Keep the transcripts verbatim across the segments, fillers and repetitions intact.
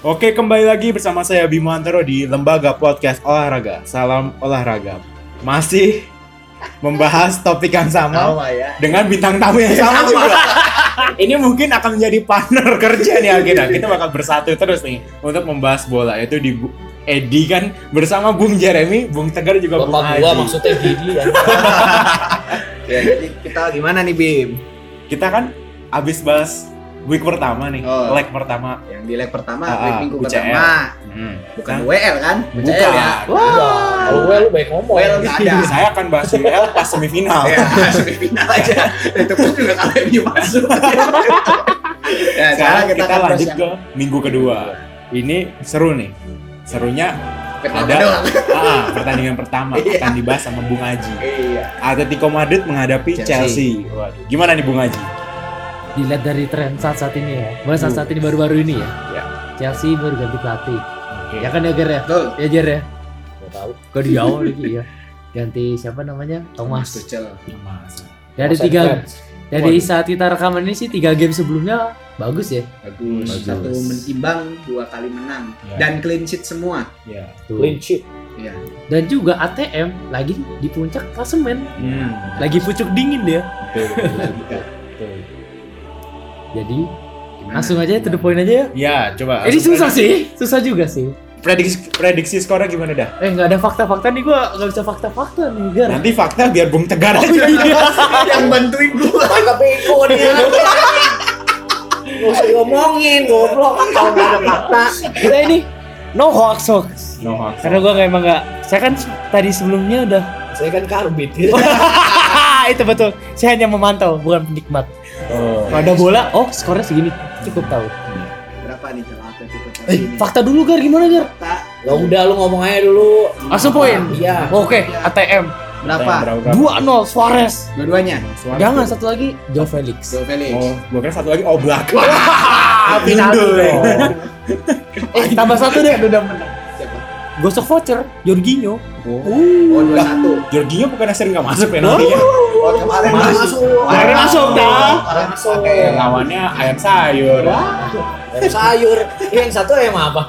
Oke, kembali lagi bersama saya Bimo Antero di Lembaga Podcast Olahraga. Salam olahraga. Masih membahas topik yang sama oh, ya. dengan bintang tamu yang sama juga. Ini mungkin akan menjadi partner kerja nih akhirnya. Kita bakal bersatu terus nih untuk membahas bola. Yaitu di Edi kan bersama Bung Jeremy, Bung Tegar juga Bung Bapak Haji. gua maksudnya Didi ya. Ya, jadi kita gimana nih Bim? Kita kan abis bahas week pertama nih, Oh. leg pertama. Yang di leg pertama, Ah, leg minggu U C L. pertama. Hmm. Bukan Kan? W L kan? U C L Bukan. ya. Wah, kalau gue lu baik ngomong. W L nggak ada. Saya akan bahas U L pas semifinal. Ya, semifinal aja. Itu pun juga kalau M U masuk. Ya, Sekarang kita, akan lanjut bahas ke minggu kedua. Ini seru nih. Serunya Pertama ada doang. ah, pertandingan pertama Iya. akan dibahas sama Bung Haji. Iya. Atletico Madrid menghadapi Chelsea. Chelsea. Waduh, gimana nih Bung Haji? Dilihat dari tren saat saat ini ya, mulai saat saat ini baru-baru ini ya, Ya. Chelsea baru ganti pelatih, Oke. ya kan ya Ger ya, Betul. ya Jer ya, Gak tahu. kok di awal lagi ya, ganti siapa namanya, Thomas. Tuchel. Mas. Dari Thomas tiga, and dari Waduh. saat kita rekaman ini sih tiga game sebelumnya bagus ya. Bagus. Bagus. Satu imbang, dua kali menang. Ya. Dan clean sheet semua. Ya. Clean sheet. Iya. Dan juga A T M lagi di puncak klasemen, Hmm. lagi pucuk dingin dia. Betul, betul, betul, betul. Jadi Gimana? langsung aja to the point aja ya. Ya, coba. Ini langsung susah sih, susah juga sih. Prediksi prediksi skornya gimana dah? Eh nggak ada fakta-fakta nih, gua nggak bisa fakta-fakta nih Gar. Nanti fakta biar Bung Tegar aja. Yang bantuin gua. Pakai bego dia. Gak usah ngomongin, goblok kan kalau nggak ada fakta. Kita ini no hoax hoax. No hoax. Karena gua nggak emang nggak. Saya kan tadi sebelumnya udah. Saya kan karbit. Itu betul. Saya hanya memantau, bukan penikmat. Oh. Kalau ada bola, oh skornya segini, cukup tahu. Berapa nih kalau Atletico Chelsea Eh, ini? fakta dulu Gar, gimana Gar? Fakta. Ya udah lu ngomong aja dulu. Langsung poin. Iya. Oke, A T M Berapa? Berapa? dua nol Suarez. Dua-duanya. Suara. Jangan satu lagi Joe Felix. Joe Felix. Oh, gua kira satu lagi Oblak. Ah, Tundul. Eh, tambah satu deh, udah menang. Siapa? Gosok voucher, Jorginho. Oh. Oh, dua satu. Jorginho bukan sering nggak masuk penaltinya. Oh, kemarin Masuk. Kemarin masuk, dah. Kemarin masuk. Eh, lawannya ayam sayur. Ayam sayur. Ini yang satu ayam apa?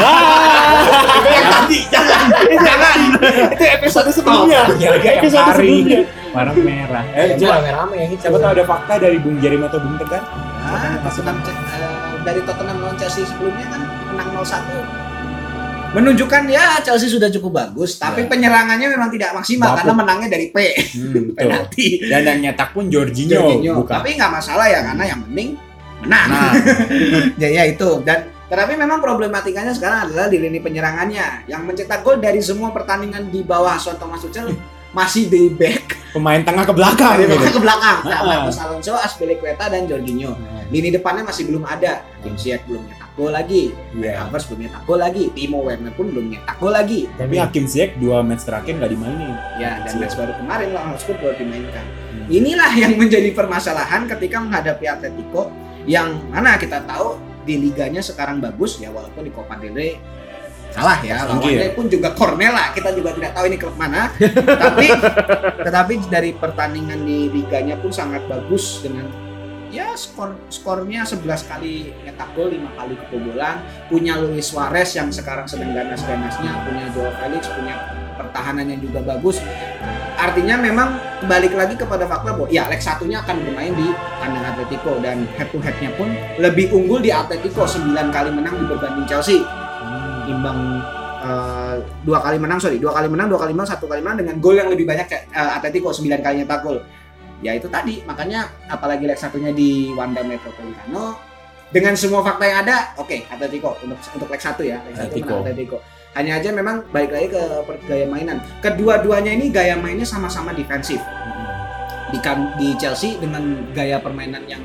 Itu yang tadi, jangan. Jangan. Itu episode sebelumnya. Ya, kayak Episode hari sebelumnya. warna merah. Eh, Ayam coba rame-rame yang itu. siapa tahu ada fakta dari Bung Jeremy atau Bung Tegar? Ah, Tottenham eh, dari Tottenham lawan Chelsea sebelumnya kan menang nol satu. Menunjukkan ya Chelsea sudah cukup bagus, tapi Ya. penyerangannya memang tidak maksimal Bapuk. karena menangnya dari P. Hmm, betul. Penalti. Dan yang nyetak pun Jorginho, Jorginho. bukan. Tapi nggak masalah ya karena yang penting menang. Nah, ya, ya itu. Dan tetapi memang problematikanya sekarang adalah di lini penyerangannya. Yang mencetak gol dari semua pertandingan di bawah Son Thomas Tuchel masih di back pemain tengah ke belakang dari gitu. belakang ke belakang. Ah. Marcos Alonso, Azpilicueta dan Jorginho. Lini depannya masih belum ada. Kim Ziyech belum nyetak gol lagi. Iya. Havertz belum nyetak gol lagi. Timo Werner pun belum nyetak gol lagi. Tapi Hakim Ziyech dua match terakhir nggak dimainin. Ya, dan match baru kemarin lawan Hotspur baru dimainkan. Hmm. Inilah yang menjadi permasalahan ketika menghadapi Atletico yang mana kita tahu di liganya sekarang bagus ya, walaupun di Copa del Rey kalah ya, lawannya pun juga Cornella, kita juga tidak tahu ini klub mana. tapi tetapi dari pertandingan di liganya pun sangat bagus dengan ya skor skornya sebelas kali nyetak gol, lima kali kebobolan, punya Luis Suarez yang sekarang sedang ganas-ganasnya, punya Joao Felix, punya pertahanannya juga bagus. Artinya memang balik lagi kepada fakta bahwa ya leg satunya akan bermain di kandang Atletico dan head to headnya pun lebih unggul di Atletico, sembilan kali menang berbanding Chelsea. Imbang uh, dua kali menang, sorry, dua kali menang, dua kali menang, satu kali menang dengan gol yang lebih banyak uh, Atletico, sembilan kali nyetak gol. Ya itu tadi, makanya apalagi leg satunya di Wanda Metropolitano dengan semua fakta yang ada, oke okay, Atletico untuk untuk leg satu ya, leg satu menang Atletico. Hanya aja memang balik lagi ke gaya mainan. Kedua-duanya ini gaya mainnya sama-sama defensif. Di, di Chelsea dengan gaya permainan yang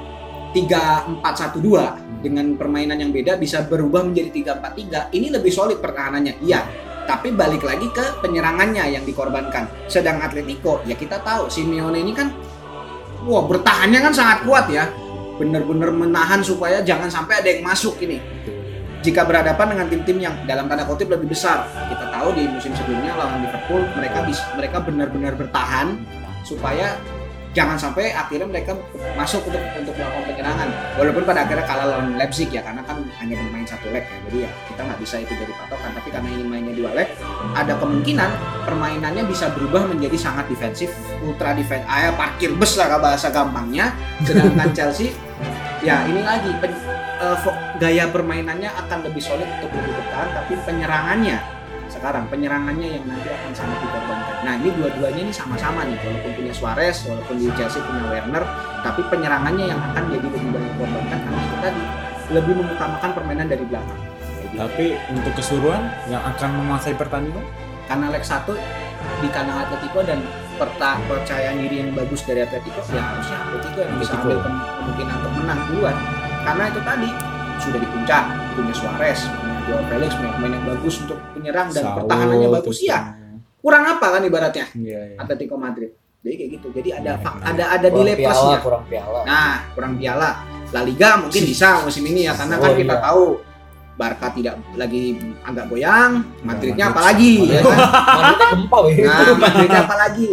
tiga empat satu dua dengan permainan yang beda bisa berubah menjadi tiga empat tiga. Ini lebih solid pertahanannya. Iya, tapi balik lagi ke penyerangannya yang dikorbankan. Sedang Atletico, ya kita tahu Simeone ini kan wah bertahannya kan sangat kuat ya. Bener-bener menahan supaya jangan sampai ada yang masuk ini. Jika berhadapan dengan tim-tim yang dalam tanda kutip lebih besar, kita tahu di musim sebelumnya lawan Liverpool mereka bisa, mereka benar-benar bertahan supaya jangan sampai akhirnya mereka masuk untuk untuk melakukan penyerangan. Walaupun pada akhirnya kalah lawan Leipzig ya, karena kan hanya bermain satu leg ya. Jadi ya kita nggak bisa itu jadi patokan. Tapi karena ingin mainnya dua leg, ada kemungkinan permainannya bisa berubah menjadi sangat defensif, ultra defense, ah, parkir bus lah bahasa gampangnya. Sedangkan Chelsea, ya ini lagi pen, uh, gaya permainannya akan lebih solid untuk lebih bertahan, tapi penyerangannya sekarang penyerangannya yang nanti akan sangat dikorbankan. Nah ini dua-duanya ini sama-sama nih, walaupun punya Suarez, walaupun di Chelsea punya Werner, tapi penyerangannya yang akan jadi lebih banyak dikorbankan karena itu tadi lebih mengutamakan permainan dari belakang. Gitu. Tapi untuk keseluruhan yang akan menguasai pertandingan, karena leg satu di kandang Atletico dan perta percayaan diri yang bagus dari Atletico, ya harusnya Atletico yang bisa ambil kemungkinan untuk menang duluan. Karena itu tadi sudah di puncak, punya Suarez, punya Joao Felix, punya pemain yang bagus untuk penyerang dan Saul, pertahanannya bagus ya. Kurang apa kan ibaratnya iya, iya. Atletico Madrid. Jadi kayak gitu. Jadi ada Iya, fak- iya. ada ada Kurang delay piala, plusnya. kurang piala. Nah, kurang piala. La Liga mungkin bisa musim ini ya, karena Oh, kan kita iya. tahu Barca tidak lagi agak goyang, Madridnya Madrid. apalagi ya kan? Madridnya gempa weh. Nah, Madridnya apalagi?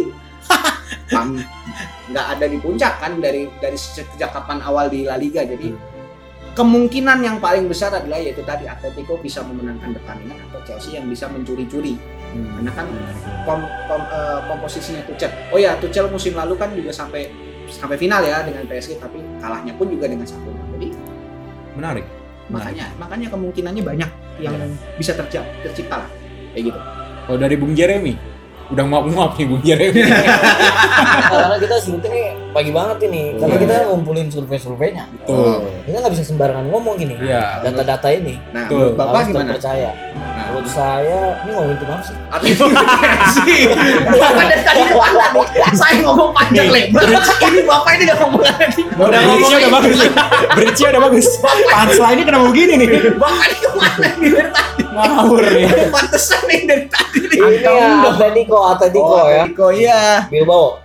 Pam, nggak ada di puncak kan dari dari sejak kapan awal di La Liga. Jadi kemungkinan yang paling besar adalah yaitu tadi Atletico bisa memenangkan pertandingan atau Chelsea yang bisa mencuri-curi. Hmm. Karena kan kom, kom, eh, komposisinya Tuchel. Oh ya, Tuchel musim lalu kan juga sampai sampai final ya dengan P S G, tapi kalahnya pun juga dengan satu. Jadi Menarik. makanya makanya kemungkinannya banyak yang bisa tercipta, tercipta lah kayak gitu. Kalau dari Bung Jeremy, udah nguap-nguap nih Bung Jeremy. Nah, karena kita syuting pagi banget ini, karena kita ngumpulin survei-surveinya. Tuh. Kita nggak bisa sembarangan ngomong gini. Iya. Data-data ini Nah, Betul. menurut Bapak harus gimana? terpercaya. Nah, Menurut saya, ini ngomongin tim apa sih? Atletico sih. Bapak dari tadi depan tadi saya ngomong panjang lebar. Ini Bapak ini nggak ngomong lagi. Udah bridge-nya udah bagus. Bridge-nya udah bagus. Punchline ini kenapa begini nih? Bapak ini kemana nih dari tadi? Ngawur nih. Pantesan nih dari tadi nih. Ini ya Atletico, Atletico Oh, ya. Atletico iya. Bilbao.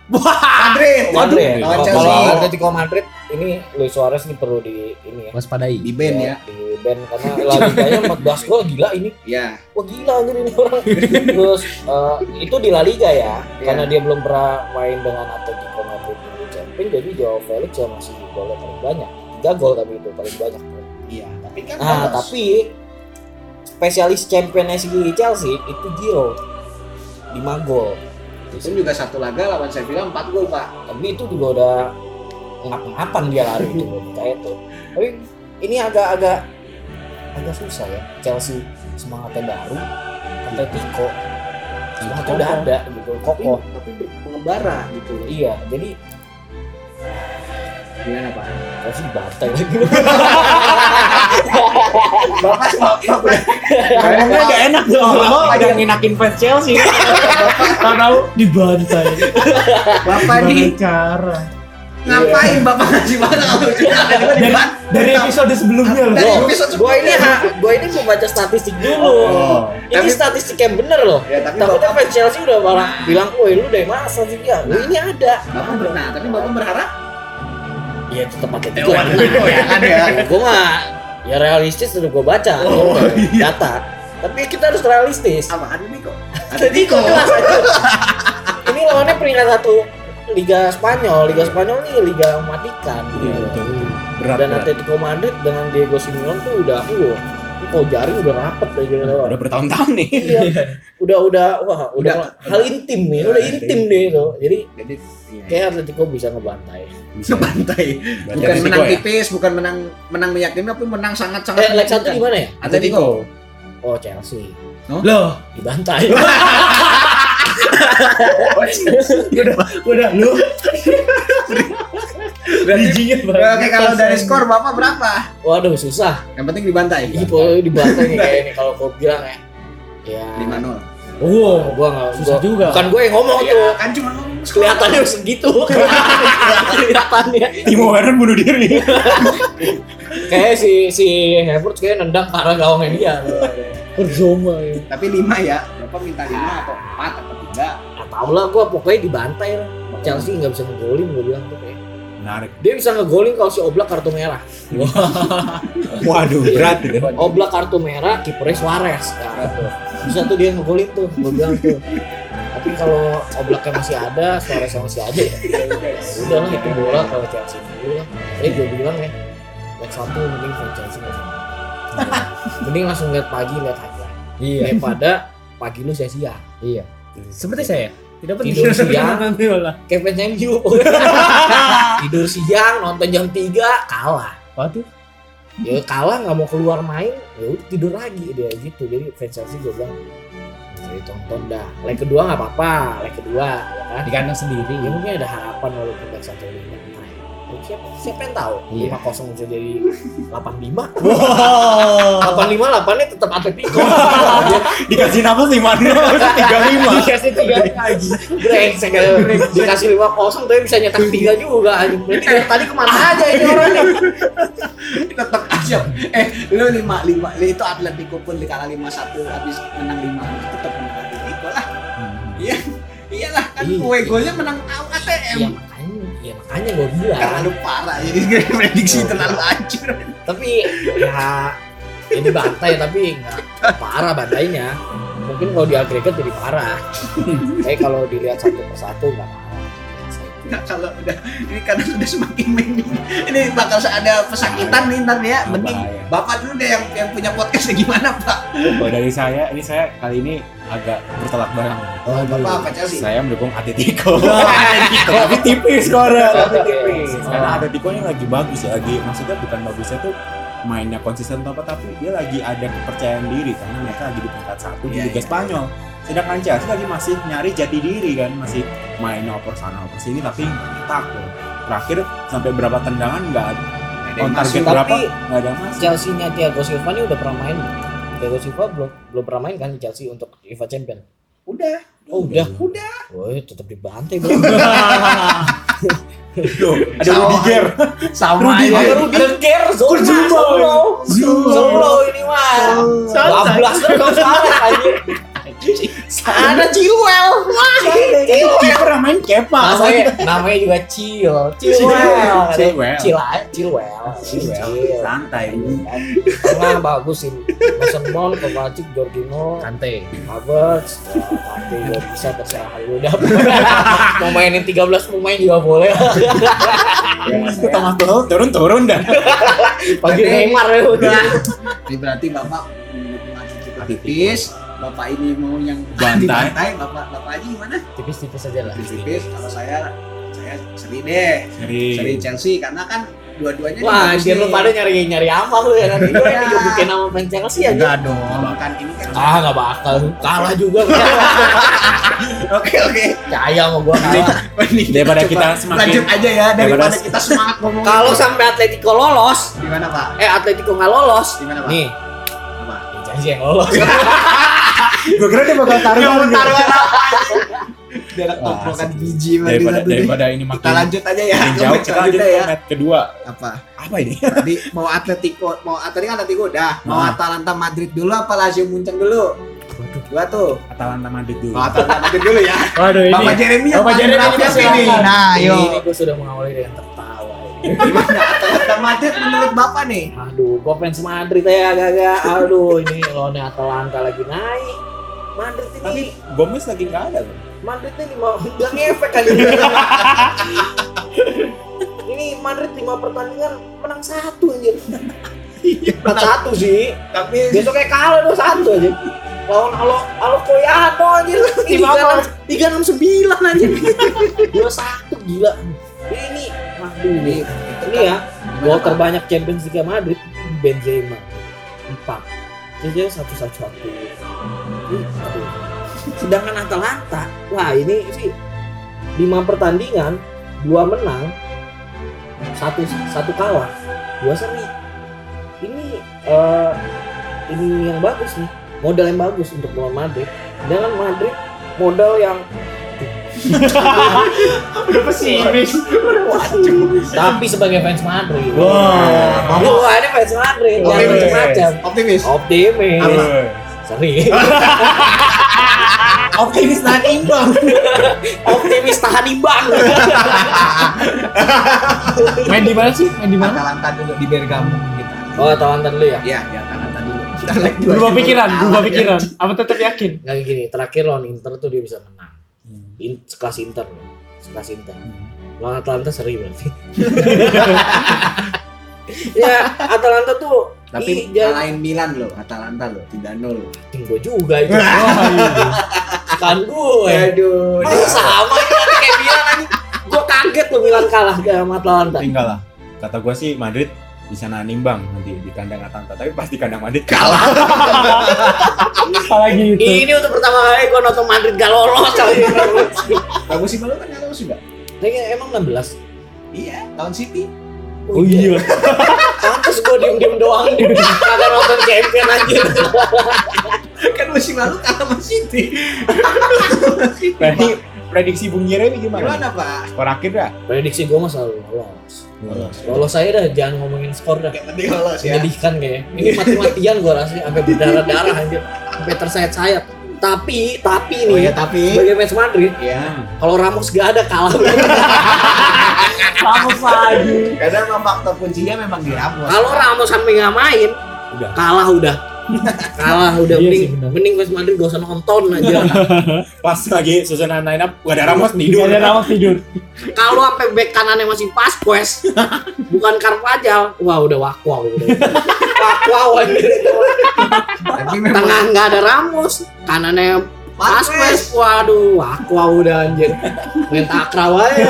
Madrid. Madrid. Lawan Kalau Chelsea. kalau Atletico Madrid ini Luis Suarez ini perlu di ini ya. Waspadai. Di band ya. Di band karena La Liganya empat belas gol gila ini. Ya. Wah gila anjir ini orang. Terus eh, itu di La Liga ya. Karena dia belum pernah main dengan Atletico Madrid di Champions, jadi Joao Felix ya masih golnya paling banyak. tiga gol tapi itu paling banyak. Iya, tapi kan Nah, bagus. tapi spesialis championnya si Chelsea itu Giroud lima gol. itu juga satu laga lawan Sevilla empat gol, Pak. Tapi itu juga udah ngap-ngapan dia lari itu kayak itu. Tapi ini agak-agak agak susah ya. Chelsea semangatnya baru, Atletico semangatnya udah ada gitu, kokoh. Tapi berpengembara gitu. Iya, jadi Gimana, Pak? Chelsea dibantai lagi. Bapak Bapak Ngomongnya udah enak tuh. Bapak Udah nginakin fans Chelsea. Tahu Dibantai. Bapak nih cara. ngapain Bapak ngasih banget kalau Dari, dari episode sebelumnya loh. Dari Loh, episode gua ini sebelumnya. ha, gua ini mau baca statistik dulu. Oh, Ini tapi- statistik yang bener loh. Ya, tapi Takutnya Bapak fans Chelsea udah malah bilang, "Woi, lu dari masa sih ya?" Lu ini ada. Bapak benar, tapi Bapak berharap Iya, tetap pakai Eh, tiga. waduh, ya kan ya. Gue mah ya realistis udah gue baca Oh, ya, data. Tapi kita harus realistis. apa ada nih kok? Atletico jelas aja. Ini lawannya peringkat satu Liga Spanyol. Liga Spanyol nih liga mematikan. Iya, betul. Berat. Dan berat. Atletico Madrid dengan Diego Simeone tuh udah, uh, ini kok jaring udah rapet aja gitu. Udah bertahun-tahun nih. Iya. Udah udah wah udah, Udah. hal intim nih, udah Udah intim deh itu. Jadi Jadi iya. kayak Atletico bisa ngebantai. Bisa. Sebantai. Berarti Bukan Atletico menang ya? tipis, bukan menang menang meyakinkan, tapi menang sangat-sangat. Eh, leg satu meyakinkan. di mana ya? Atletico. Oh, Chelsea. Loh, Dibantai. udah udah lu. Bijinya banget. Oke, kalau dari skor Bapak berapa? Waduh, susah. Yang penting dibantai. Iya, pokoknya dibantai nih kayak ini kalau kau bilang ya. Ya. lima nol. Oh, gua enggak Susah juga. Bukan gue yang ngomong tuh. Kan cuma ngomong skor. Kelihatannya segitu. Kelihatannya. Timo Werner bunuh diri. Kayak si si Havertz kayak nendang ke arah gawangnya dia. Berzoma ya. Tapi lima ya. Bapak minta lima atau empat atau tiga. Nah, tau lah gua pokoknya dibantai lah. Chelsea nggak bisa ngegolin gue bilang tuh kayak. Menarik. Dia bisa ngegolin kalau si Oblak kartu merah. Waduh, berat gitu. Oblak kartu merah, kipernya Suarez. Nah, tuh. Bisa tuh dia ngegolin tuh, gue bilang tuh. Tapi kalau Oblaknya masih ada, Suareznya masih ada ya. Ya udah lah itu bola kalau Chelsea dulu lah. Jadi gue bilang ya, leg satu mending fans Chelsea nggak usah. Mending langsung lihat pagi, lihat highlight. Iya. Daripada pagi lu sia-sia. Iya. Seperti saya. Tidak penting. Tidur siang, Nanti bola. kayak fans M U. Tidur siang, nonton jam tiga, kalah. Waduh. Ya kalah nggak mau keluar main, ya udah tidur lagi dia gitu. Jadi fans Chelsea gue bilang, jadi tonton dah. Leg kedua nggak apa-apa, leg kedua ya kan. Di kandang sendiri. Ya mungkin ada harapan walaupun leg satu lima. Siapa, siapa yang tahu? Iya. lima kosong bisa jadi delapan lima. Wow. delapan lima delapan-nya tetap Atletico. Dikasih nama sih mana? tiga lima. Dikasih tiga lagi. Brengsek ya. Dikasih lima kosong tapi bisa nyetak tiga juga. Berarti dari tadi kemana aja ini orang nih? Tetap aja. Eh, lu lima lima itu Atletico pun dikala lima satu habis menang lima tetap menang Atletico lah. Iya. Iyalah kan Iya. kue golnya menang A T M. Iya makanya, iya makanya gue bilang. Terlalu parah jadi prediksi terlalu hancur. Tapi ya ini bantai tapi nggak parah bantainya. Mungkin kalau di agregat jadi parah. Tapi kalau dilihat satu persatu nggak parah. Nah, kalau udah ini karena sudah semakin mending ini bakal ada pesakitan nih ntar ya. Mending Bahaya. bapak dulu deh yang yang punya podcastnya gimana pak? Kalau dari saya, ini saya kali ini agak bertolak belakang. Oh bapak apa Chelsea? Saya mendukung Atletico. Tapi tipis skornya, tapi Oke. tipis. Karena Atletico ini lagi bagus ya, lagi maksudnya bukan bagusnya tuh mainnya konsisten atau apa, tapi dia lagi ada kepercayaan diri karena mereka lagi di peringkat satu di Iya, Liga iya. Spanyol. Sedangkan Chelsea lagi masih nyari jati diri kan, masih main oper sana oper sini tapi nggak takut. Terakhir sampai berapa tendangan nggak ada. Ada On yang target masuk. berapa? Tapi Nggak ada mas. Chelsea-nya Thiago Silva ini udah pernah main. Thiago Silva belum belum pernah main kan di Chelsea untuk UEFA Champion. Udah, Oh udah. udah. Woi tetap dibantai bro. Tuh, ada Sama- Rudiger. Sama Rudiger. aja. Ada Rudiger, Zuma, Zuma. Zuma, Zuma. Zuma ini mah. Bablas terus sekarang anjir. Ada Chilwell. Wah, Chilwell. Kiper yang main Kepa. Namanya, namanya juga Cil, Chilwell, Chilwell. Cil, Chilwell, Chilwell. Santai. Tengah bagus ini. Mason Mount, Kovacic, Jorginho, Kante. Havertz, ya, Kante juga bisa terserah lu udah. Mau mainin tiga belas pemain juga boleh. Itu Thomas Tuchel turun-turun dah. Pagi Berarti- Neymar ya udah. Ini berarti bapak mendukung cukup tipis. Bapak ini mau yang Bantai. dibantai. Bapak bapak aja gimana? Tipis-tipis aja lah. Tipis. Kalau saya saya seri deh. Seri. Seri Chelsea karena kan dua-duanya Wah, bagus biar lu nih. pada nyari nyari amal lu ya nanti. Gue yang bikin nama fans Chelsea aja. Enggak dong. Kan ini kan. Ah, nggak bakal. Kalah juga. Oke oke. Percaya sama gua kalah. Ini Daripada coba kita semakin- lanjut aja ya daripada daripada- kita semangat ngomong. Kalau sampai Atletico lolos, gimana Pak? eh Atletico nggak lolos, Gimana Pak? nih Apa? ya Chelsea yang lolos. Gue kira dia bakal taruh. taruhan apa? Biar Wah, toplokan asik. biji Daripada satu nih. daripada ini makin Kita lanjut aja ya. makin jauh, Lanjut kita lanjut aja ke ya. match kedua. Apa? Apa ini? Tadi mau Atletico, mau tadi kan Atletico udah. Mau Ah. Atalanta Madrid dulu apa Lazio Munchen dulu? Dua tuh. Atalanta Madrid dulu. Mau Atalanta Madrid dulu ya. Waduh ini. Bapak Jeremy yang Bapak paling Jeremy berat juga ini. silakan. Nah, ini, yo. ini gua sudah mengawali dengan tertawa. ini. Gimana Atalanta Madrid menurut Bapak nih? Aduh, gua fans Madrid ya agak-agak. Aduh, ini lawannya Atalanta lagi naik. Madrid ini, Tapi Gomez lagi nggak ada loh. Madrid ini mau nggak ngefek kan ini. Ini Madrid lima pertandingan menang satu anjir. Menang satu sih. Tapi Besok kayak kalah dua satu aja. Lawan Alo Alo Koyano anjir. tiga enam sembilan anjir. dua satu gila. Ini waduh ini. Ini ya gol terbanyak Champions League Madrid Benzema empat. Jadi satu satu satu. Aduh. Sedangkan Atalanta, wah ini sih lima pertandingan, dua menang, satu satu kalah, dua seri. Ini eh, ini yang bagus nih, modal yang bagus untuk melawan Madrid. Dengan Madrid modal yang Udah pesimis. tapi sebagai fans Madrid, Wah. wah ini fans Madrid yang Optimis. macam-macam, optimis. optimis, seri, Optimis tahan imbang. optimis tahan imbang. Main di mana sih? Main di mana? Atalanta dulu di Bergamo kita. Oh, Atalanta dulu ya. Iya, di Atalanta dulu. Kita leg dua. Berubah pikiran, berubah Kalah, pikiran. Apa tetap yakin? Nggak gini, terakhir lawan Inter tuh dia bisa menang. In, sekelas Inter, sekelas Inter. Lawan Atalanta seri berarti. Ya Atalanta tuh Tapi ngalahin Milan loh, Atalanta loh, tiga nol loh. tim gue juga itu. Kan gue. Aduh. Masa sama ini nanti kayak Milan aja. Gue kaget loh Milan kalah sama Atalanta. Tinggal lah. Kata gua sih Madrid bisa nahan imbang nanti di kandang Atalanta, tapi pasti kandang Madrid kalah. Salah gitu. Ini untuk pertama kali gue nonton Madrid gak lolos kali ini. Kamu sih malu kan kalau sudah? Kayaknya emang enam belas. Iya, tahun City. Oh iya. Pantes gue diem-diem doang kagak nonton champion aja. Kan musim lalu kalah sama City. Berarti prediksi Bung Jeremy gimana? Gimana Pak? Skor akhir dah. Prediksi gue mah selalu lolos. Lolos. Lolos saya dah, jangan ngomongin skor dah. Yang penting lolos ya. Menyedihkan kayak. Ini mati-matian gue rasanya sampai berdarah-darah anjir. Sampai tersayat-sayat. Tapi, tapi Oh nih, ya tapi sebagai fans Madrid, ya. kalau Ramos gak ada kalah. Ramos lagi. Karena memang faktor kuncinya memang di Ramos. Kalau Ramos sampai nggak main, Udah. kalah udah. Kalah udah, Iya mending sih, benar. mending fans Madrid gak usah nonton aja. Pas lagi susunan line up gak ada Ramos tidur. Ada Ramos tidur. Kalau sampai back kanannya masih Pasquez, bukan Carvajal, wah udah wakwa udah. Wakwa anjir. Tapi memang Tengah nggak ada Ramos, kanannya Pasquez, waduh wakwa udah anjir. Main takraw aja.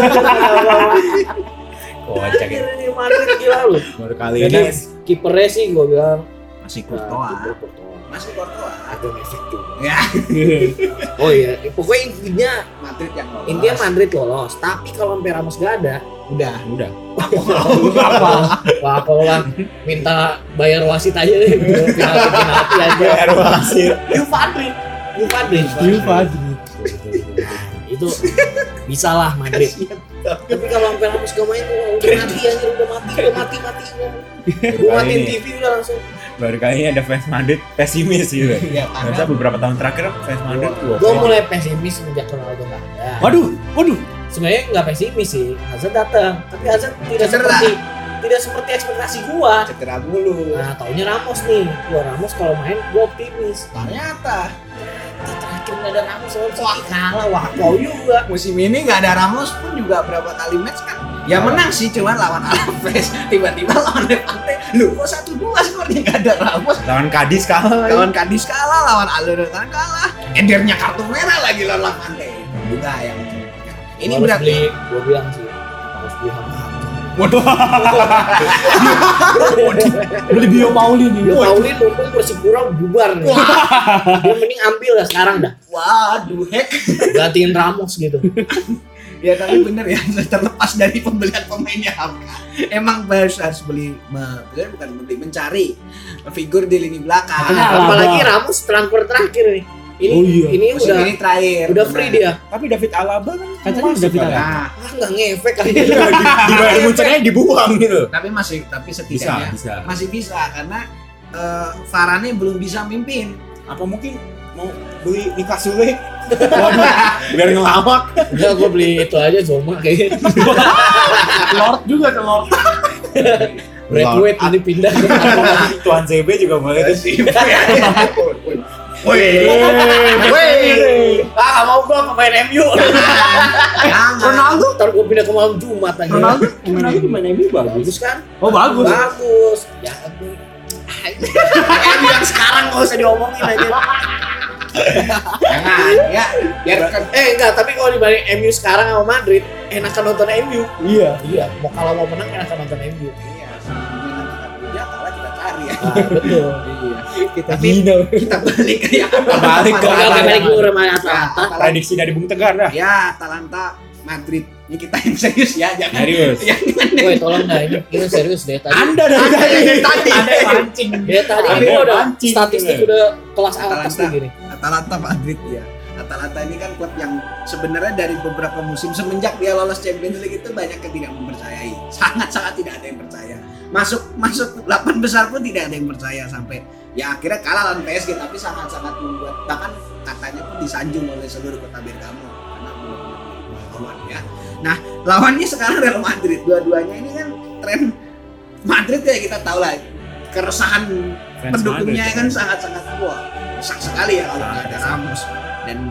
Kocak Anjir ya. ini Madrid gila lu. Baru kali Jadi ini kipernya sih gua bilang masih ah, Courtois. kiper Courtois. Masih Courtois. Agak ngefek tuh. Ya, Oh iya, pokoknya intinya Madrid yang lolos. intinya Madrid lolos. Tapi kalau sampai Ramos gak ada, udah. udah. apa? Wah, kalau lah minta bayar wasit aja deh, penalti penalti aja. Bayar wasit. Juve Madrid, Juve Madrid. Juve Madrid. Nah, itu bisa lah Madrid. Tapi kalau sampai Ramos gak main, wah, udah mati aja, udah mati, udah mati mati. Gue matiin T V udah langsung. Baru kali ini ada fans Madrid pesimis gitu. Iya, Karena beberapa tahun terakhir fans Madrid tuh. Gue mulai pesimis semenjak Ronaldo gak ada. Waduh, waduh. Sebenarnya nggak pesimis sih, Hazard datang, tapi Hazard tidak Cedera. seperti tidak seperti ekspektasi gua. cedera mulu. Nah, taunya Ramos nih, gua Ramos kalau main gua optimis. Ternyata Ternyata terakhir nggak ada Ramos, lawan City kalah, wah kau juga. musim ini nggak ada Ramos pun juga berapa kali match kan ya menang sih, cuman lawan Alaves tiba-tiba lawan Levante lu kok satu dua skornya nggak ada Ramos. Lawan Cadiz kalah. Lawan Cadiz kalah, lawan Alderweireld kalah, Endernya kartu merah lagi lawan Levante juga yang ini Gua harus berarti beli, gua bilang sih harus beli Hamka. Waduh. Beli Bio Pauli nih. Dia Paulin mumpung Persipura bubar nih. Dia mending ambil lah sekarang dah, waduh heck. gantiin Ramos gitu. Ya tapi bener ya, terlepas dari pembelian pemainnya Hamka, emang harus harus beli, me- bukan beli, mencari figur di lini belakang. Makanya Alaba. Apalagi Ramos transfer terakhir nih. Ini Oh iya. ini musim udah ini terakhir udah free dia. Tapi David Alaba kan Katanya masuk David kan? Alaba. Nah, Ah nggak ngefek kali. Di di Bayern Munchen-nya dibuang gitu. tapi masih tapi Bisa, setidaknya bisa. masih bisa karena eh, Varane belum bisa mimpin. Apa mungkin mau beli Niklas Sule? Waduh, biar ngelawak. Enggak, gue beli itu aja Zoma kayaknya. Lord juga tuh Lord. Braithwaite ini pindah. Tuan Z B juga boleh tuh. Woi, Woi, ah nggak mau gue pemain M U. Ronaldo, Ntar gue pindah ke malam Jumat aja. Ronaldo, Ronaldo di mana ini bagus. Bagus kan? Oh bagus. Bagus. Ya ampun. M U yang sekarang nggak usah diomongin aja. jangan ya, biar Eh enggak, tapi kalau dibanding M U sekarang sama Madrid, enakan nonton M U. Iya. Iya, mau kalau mau menang enakan nonton M U. iya, sambil kita punya kalah kita cari ya. Ah, betul. Iya. Kita Tapi kita balik ke yang Balik ke kalau Atalanta. balik gue sama Atalanta. Prediksi dari Bung Tegar dah. Ya, Atalanta Madrid. Ini kita yang serius ya, jangan. Serius. Jangan. Woi tolong dah, ini ini serius deh tadi. Anda dari tadi. Tadi. Anda mancing. Dia tadi Ada ini gua udah mancing, statistik gitu. udah kelas atas Atalanta. nih gini. Atalanta Madrid ya. Atalanta ini kan klub yang sebenarnya dari beberapa musim semenjak dia lolos Champions League itu banyak yang tidak mempercayai. Sangat-sangat tidak ada yang percaya. Masuk masuk delapan besar pun tidak ada yang percaya sampai ya akhirnya kalah lawan P S G, tapi sangat-sangat membuat, bahkan katanya pun disanjung oleh seluruh kota Bergamo karena belum lawan ya. Nah, lawannya sekarang Real Madrid. Dua-duanya ini kan tren Madrid ya, kita tahu lah keresahan Fans pendukungnya Madrid, kan ya. sangat-sangat wah rusak sekali ya kalau nggak ada Ramos, dan ya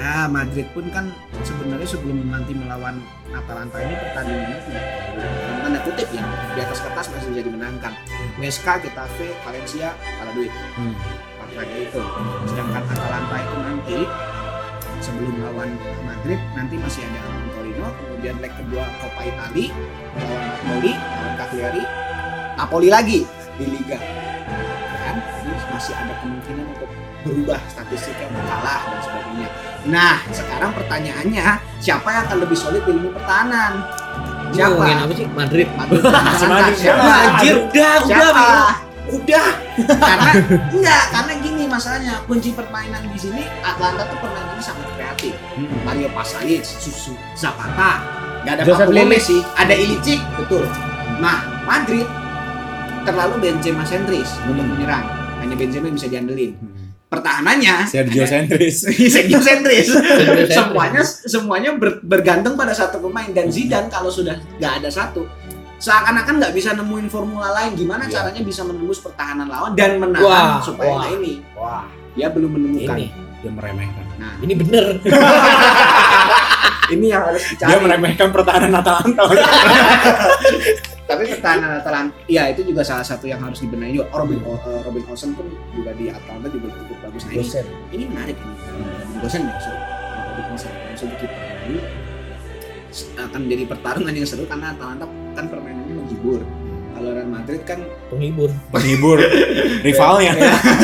Ya Madrid pun kan sebenarnya sebelum nanti melawan Atalanta ini pertandingannya tidak dalam tanda kutip ya di atas kertas masih bisa dimenangkan. Huesca, Getafe, Valencia kalah duit. Hmm. Makanya itu. Sedangkan Atalanta itu nanti sebelum melawan Madrid nanti masih ada lawan Torino, kemudian leg kedua Coppa Italia melawan Napoli, lawan Cagliari, Napoli lagi di Liga. Kan? Jadi masih ada kemungkinan untuk berubah statistiknya untuk kalah dan sebagainya. Nah, sekarang pertanyaannya siapa yang akan lebih solid di lini pertahanan? Siapa? Ngomongin apa sih? Madrid. Madrid. Madrid. Siapa? Anjir, udah, Siapa? udah. Udah. Karena enggak, karena gini masalahnya kunci permainan di sini Atlanta tuh permainannya sangat kreatif. Hmm. Mario Pasalic, Susu, Zapata, nggak ada Joseph Papu Lili. Gomez sih, ada Ilicic, betul. Nah, Madrid terlalu Benzema sentris untuk menyerang. Hanya Benzema yang bisa diandelin. Pertahanannya Sergio sentris. Sergio sentris. sentris. semuanya semuanya ber- bergantung pada satu pemain dan Zidane kalau sudah nggak ada satu seakan-akan nggak bisa nemuin formula lain gimana Iya. caranya bisa menembus pertahanan lawan dan menahan Wah, supaya wah. nggak ini Wah, dia belum menemukan. ini. Dia meremehkan. Nah, Ini bener. ini yang harus dicari. Dia meremehkan pertahanan Atalanta. Tapi pertahanan Atalanta, ya itu juga salah satu yang harus dibenahi juga. Robin uh, Robin Olsen pun juga di Atalanta juga cukup bagus. Nah, ini, Dosen. ini menarik ini. Robin Olsen ya, sorry. Robin Olsen, Olsen di kiper. Ini akan menjadi pertarungan yang seru karena Atalanta kan permainannya menghibur. Kalau Real Madrid kan Penghibur. Penghibur rivalnya.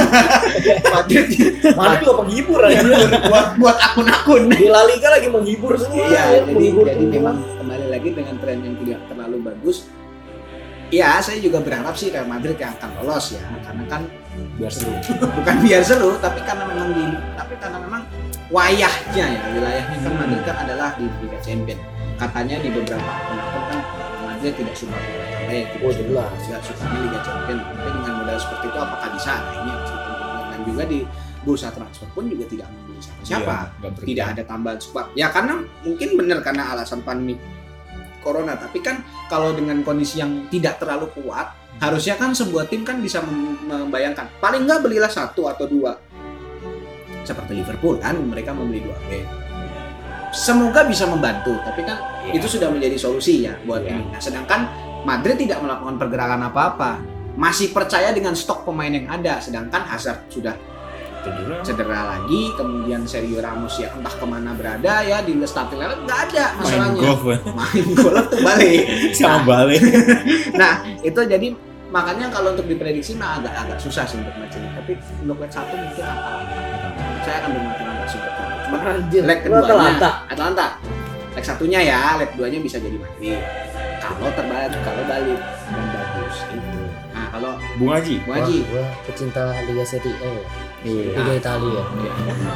Madrid Mana juga penghibur aja. buat buat akun-akun. Di La Liga lagi menghibur semua. Iya, ya, jadi, menghibur jadi semua. memang kembali lagi dengan tren yang tidak terlalu bagus. Ya, saya juga berharap sih Real Madrid yang akan lolos ya, karena kan Biar seru. bukan biar seru, tapi karena memang di, tapi karena memang wayahnya ya, wilayahnya kan Madrid kan adalah di Liga Champions. Katanya di beberapa akun-akun kan Madrid tidak suka Piala Liga, Oh, tidak jelas. tidak sukanya Liga Champions. Tapi dengan modal seperti itu apakah bisa? Nah, ini harus kita lihat. Dan juga di bursa transfer pun juga tidak membeli siapa-siapa. Iya, nggak berubah. Tidak ada tambahan squad. Ya karena mungkin benar karena alasan pandemi Corona, tapi kan kalau dengan kondisi yang tidak terlalu kuat, harusnya kan sebuah tim kan bisa mem- membayangkan paling nggak belilah satu atau dua. Seperti Liverpool kan mereka membeli dua back. Semoga bisa membantu, tapi kan Iya. itu sudah menjadi solusi ya buat Iya. ini. Nah, sedangkan Madrid tidak melakukan pergerakan apa-apa. Masih percaya dengan stok pemain yang ada, sedangkan Hazard sudah Cedera. cedera lagi, kemudian Sergio Ramos ya entah kemana berada ya di starting lineup nggak ada Main masalahnya. golf Main golf tuh balik. sama balik. Nah itu jadi makanya kalau untuk diprediksi mah agak agak susah sih untuk match ini. Tapi untuk leg satu mungkin Atalanta. Saya akan bermati untuk super. Cuma Anjir. leg Lu keduanya Atalanta. Atalanta. Leg satunya ya, leg duanya bisa jadi Madrid. Kalau terbalik, kalau balik dan bagus itu. Nah kalau Bung Haji. Bu Haji, Gua pecinta Liga Serie A. Iya. Liga Italia. ya,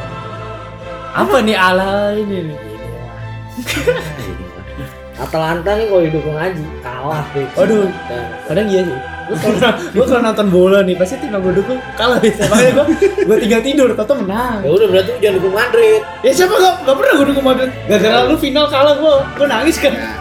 Apa nih ala ini nih? Atalanta nih kalau didukung Haji kalah deh. Waduh. Dan Kadang iya sih. Gue kalau gue kalau nonton bola nih pasti tim yang gue dukung kalah bisa. Makanya gue gue tinggal tidur, tau menang. ya udah berarti lu jangan dukung Madrid. Ya siapa gak, gak pernah gue dukung Madrid. Gara-gara lu final kalah gue, gue nangis kan. ya.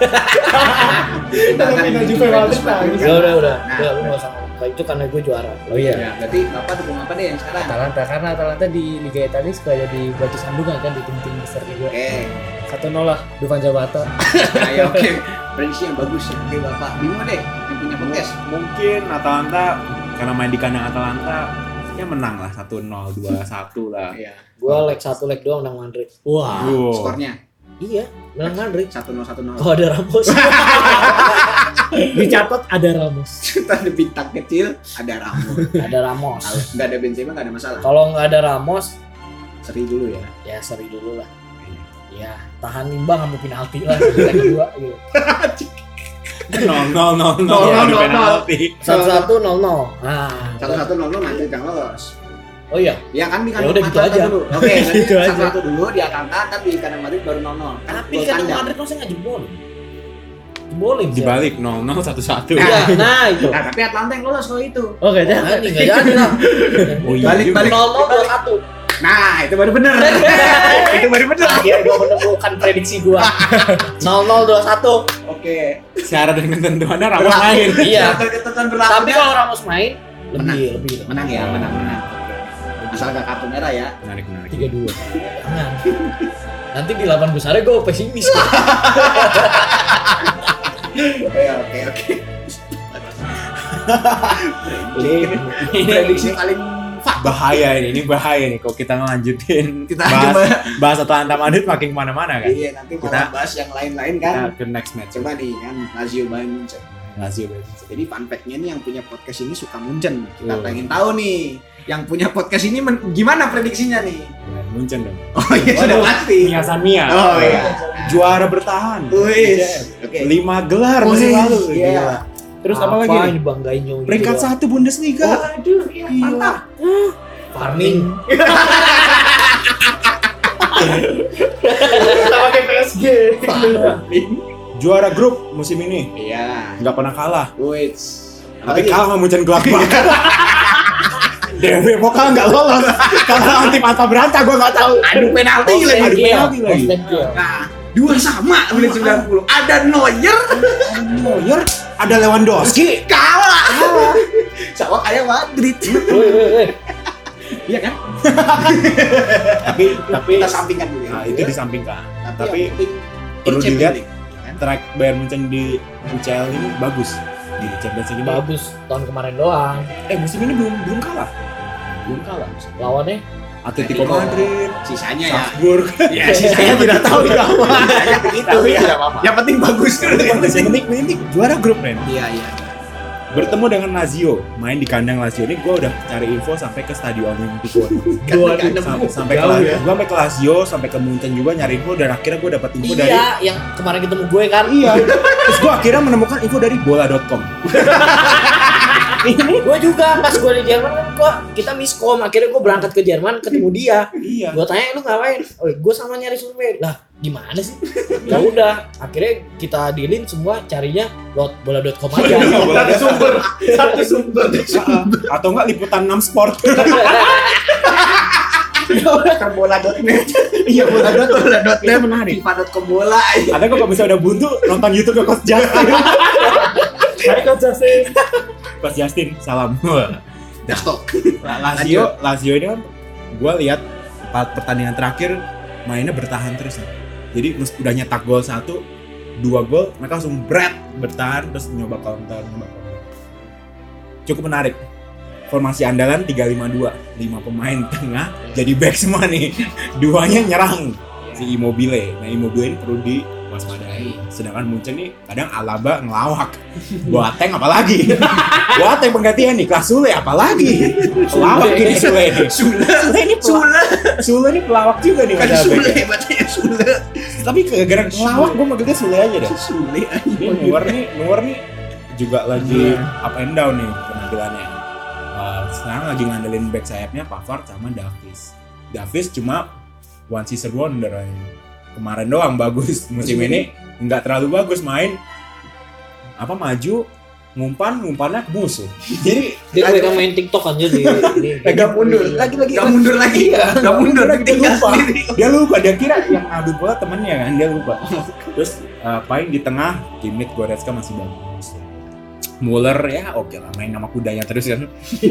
Kita final Juve Madrid nangis. Ya udah udah. Nah, Udah lu enggak usah ngomong. Itu karena gue juara. Oh iya. Ya, berarti Bapak dukung apa deh yang sekarang? Atalanta karena Atalanta di Liga Italia suka jadi batu sandungan kan di tim-tim besar juga. Oke. Satu nol lah, Dufan Zapata. Nah, ya oke. Prediksi yang bagus ya. Oke Bapak. Bimo deh yang punya podcast. Mungkin Atalanta karena main di kandang Atalanta ya menang lah satu nol dua satu lah. Iya. Gua leg satu leg doang menang Madrid. Wah. Wow. Skornya Iya, menang Madrid. satu nol satu nol. Oh, ada Ramos. Dicatat ada Ramos. Ada bintang kecil, ada Ramos. ada Ramos. Kalau nggak ada Benzema nggak ada masalah. Kalau nggak ada Ramos, Seri dulu ya. ya seri dulu lah. Ya, tahan imbang sama penalti lah di leg kedua gitu. nol nol nol nol Nol, nol, di nol, penalti. satu satu nol nol. Nah, Satu satu nol nol nanti yang lolos. oh iya. Ya kan di Ya kandang udah, gitu Atalanta aja. dulu. Oke, nanti Gitu aja. satu satu dulu di Atalanta, ntar di kandang Madrid baru nol nol. Kan Tapi gol kan tandang. Madrid masa nggak jebolin? Jebolin sih. Dibalik nol nol satu satu. Iya, nah itu. Nah, tapi Atalanta yang lolos kalau itu. Oh gak Nah, jadi. ini nggak jadi lah. Oh iya. Balik, juga. balik. nol nol dua satu. Nah, itu baru bener. Itu baru bener. Akhirnya gua menemukan prediksi gua. nol nol dua satu. Oke. Syarat dan ketentuannya Ramos main. Iya. Ketentuan berlaku. Tapi kalau Ramos main Menang. lebih lebih. menang ya, menang menang. Asal gak kartu merah ya. Menarik, menarik. tiga dua. Jangan. Nanti di delapan besarnya gue pesimis. Oke oke oke. Ini Prediksi paling fuck. bahaya ini, ini bahaya nih kalau kita ngelanjutin Kita bahas, coba. bahas Atalanta Madrid makin kemana-mana kan. Iya nanti Kita- malah bahas yang lain-lain kan. Kita ke next match. Coba nih kan Lazio Bayern Munchen. Lazio Bayern Munchen. Jadi fun fact-nya nih yang punya podcast ini suka Munchen. Kita Oh. pengen tahu nih yang punya podcast ini men- gimana prediksinya nih? Bayern Munchen dong. Oh iya sudah Waduh, pasti. Mia San Mia. Oh iya. Juara bertahan. Wis. Oke. Lima gelar musim Wih, lalu. iya. Gila. Terus apa, lagi nih? Ini banggain nyonya. Peringkat satu Bundesliga. Waduh, iya, mantap. Farming. Kita pakai P S G. Juara grup musim ini. Iya. Nggak pernah kalah. Wis. Tapi Apalagi? kalah sama Munchen Gladbach. D W Pokal nggak lolos. Kalah anti Mata Beranta gue nggak tahu. Adu penalti Offside lagi. Adu kill. penalti lagi. Offside kill. Nah, dua sama menit sembilan puluh. Ada Neuer Neuer, ada Lewandowski. kalah. Sama kayak Madrid. Woi woi woi. Iya kan? Tapi tapi Kita sampingkan dulu ya. nah, itu disampingkan. Tapi, Tapi yang penting perlu ini Champions dilihat League, kan? track Bayern Munchen di U C L ini bagus. Di Champions League ini. Bagus tahun kemarin doang. Eh musim ini belum belum kalah. Belum kalah. Lawannya Atletico Atletico. Madrid, Sisanya ya. Salzburg. Ya, sisanya tidak tahu di awal. Sisanya begitu Tapi ya. tidak apa-apa. Yang penting bagus dulu. Yang penting penting juara grup men. Iya, iya. Bertemu dengan Lazio, main di kandang Lazio ini gue udah cari info sampai ke Stadio Olimpico. Dua sampai, sampai ke Jauh Lazio, ya. gue sampai ke Lazio, sampai ke Munchen juga nyari info dan akhirnya gue dapat info dari iya yang kemarin ketemu gue kan. iya. Terus gue akhirnya menemukan info dari bola dot com. Ini Gue juga pas gue di Jerman kan gue kita miskom, akhirnya gue berangkat ke Jerman ketemu dia. iya. Gue tanya lu ngapain? Oh, gue sama nyari survei. Lah, gimana sih? Ya udah, akhirnya kita dealin semua carinya lot bola dot com aja. Iya, bola Satu sumber. Satu sumber. Atau enggak liputan enam sport. Ke bola dot net. Iya bola dot com. Bola dot net. Itu menarik. FIFA dot com bola. Atau kalau bisa udah buntu nonton YouTube ke Coach Justin. Hai Coach Justin. Coach Justin, salam. Desktop. La- Lazio, Lazio ini kan gue lihat empat pertandingan terakhir mainnya bertahan terus. Nih. Jadi mes- udah nyetak gol satu, dua gol, mereka langsung berat bertahan terus nyoba counter, nyoba counter. Cukup menarik. Formasi andalan tiga lima dua, lima pemain tengah jadi back semua nih. Duanya nyerang si Immobile. Nah, Immobile ini perlu diwaspadai. Sedangkan Munchen nih kadang Alaba ngelawak. Boateng apalagi? Boateng penggantian nih, kelas Sule apalagi? Pelawak ini Sule nih. Sule. Sule ini pelawak. Sule. Sule ini pelawak juga nih Kan pada Sule, back ya. bacanya Sule. Tapi gara-gara pelawak gue manggilnya Sule aja deh. Sule Ini Neuer nih, Neuer nih juga lagi up and down nih penampilannya. Uh, sekarang lagi ngandelin back sayapnya Pavard sama Davies. Davies cuma one season wonder aja. Kemarin doang bagus, musim ini nggak terlalu bagus main. Apa maju ngumpan ngumpannya ke musuh. Jadi Dia pegang main TikTok aja di ini. Gak mundur. lagi-lagi Gak mundur lagi. Gak mundur. dia Tinggal lupa. sendiri. Dia lupa, dia kira yang ambil bola temennya kan, dia lupa. Terus uh, paling di tengah Kimmich, Goretzka masih bagus. Muller ya oke lah main nama kudanya terus kan.